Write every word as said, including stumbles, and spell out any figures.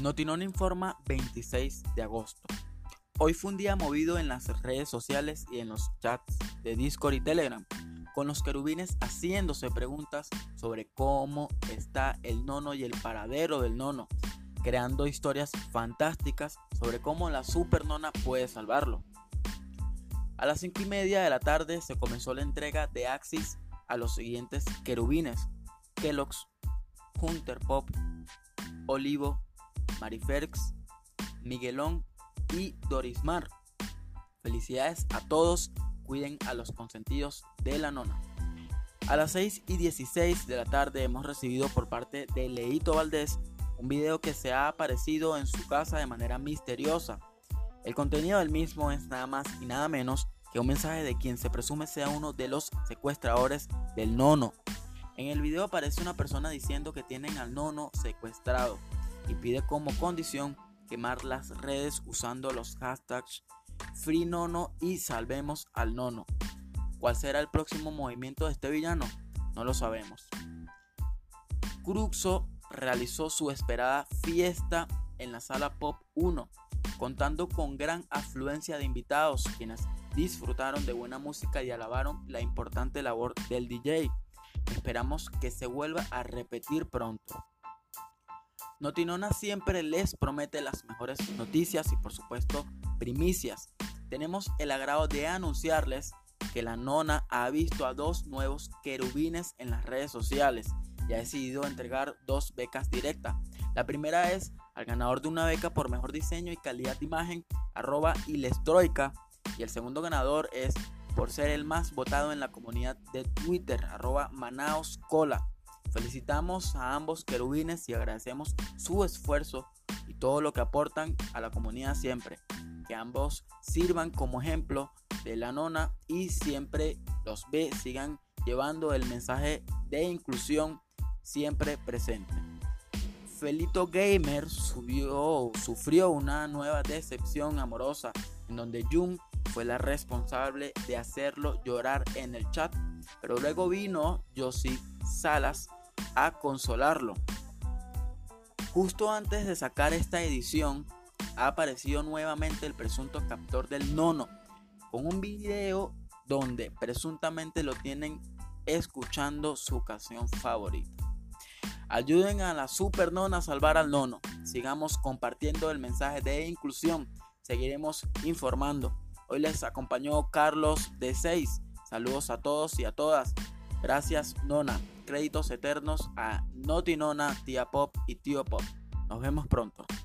Notinón informa veintiséis de agosto. Hoy fue un día movido en las redes sociales y en los chats de Discord y Telegram, con los querubines haciéndose preguntas sobre cómo está el nono y el paradero del nono, creando historias fantásticas sobre cómo la super nona puede salvarlo. A las cinco y media de la tarde se comenzó la entrega de Axis a los siguientes querubines: Kellogg's, Hunter Pop, Olivo, Mariferx, Miguelón y Dorismar. Felicidades a todos, cuiden a los consentidos de la nona. A las seis y dieciséis de la tarde hemos recibido por parte de Leito Valdés un video que se ha aparecido en su casa de manera misteriosa. El contenido del mismo es nada más y nada menos que un mensaje de quien se presume sea uno de los secuestradores del nono. En el video aparece una persona diciendo que tienen al nono secuestrado y pide como condición quemar las redes usando los hashtags FreeNono y Salvemos al Nono. ¿Cuál será el próximo movimiento de este villano? No lo sabemos. Cruxo realizó su esperada fiesta en la Sala Pop uno, contando con gran afluencia de invitados, quienes disfrutaron de buena música y alabaron la importante labor del D J. Esperamos que se vuelva a repetir pronto. Notinona siempre les promete las mejores noticias y por supuesto primicias. Tenemos el agrado de anunciarles que la nona ha visto a dos nuevos querubines en las redes sociales y ha decidido entregar dos becas directas. La primera es al ganador de una beca por mejor diseño y calidad de imagen, arroba ilestroika, y el segundo ganador es por ser el más votado en la comunidad de Twitter, arroba manaoscola. Felicitamos a ambos querubines y agradecemos su esfuerzo y todo lo que aportan a la comunidad siempre. Que ambos sirvan como ejemplo de la nona y siempre los ve sigan llevando el mensaje de inclusión siempre presente. Felito Gamer subió, sufrió una nueva decepción amorosa en donde Jung fue la responsable de hacerlo llorar en el chat, pero luego vino Josie Salas a consolarlo. Justo antes de sacar esta edición ha aparecido nuevamente el presunto captor del nono con un video donde presuntamente lo tienen escuchando su canción favorita. Ayuden a la super nona a salvar al nono. Sigamos compartiendo el mensaje de inclusión. Seguiremos informando. Hoy les acompañó Carlos de seis. Saludos a todos y a todas. Gracias, nona. Créditos eternos a Notinona, Tía Pop y Tío Pop. Nos vemos pronto.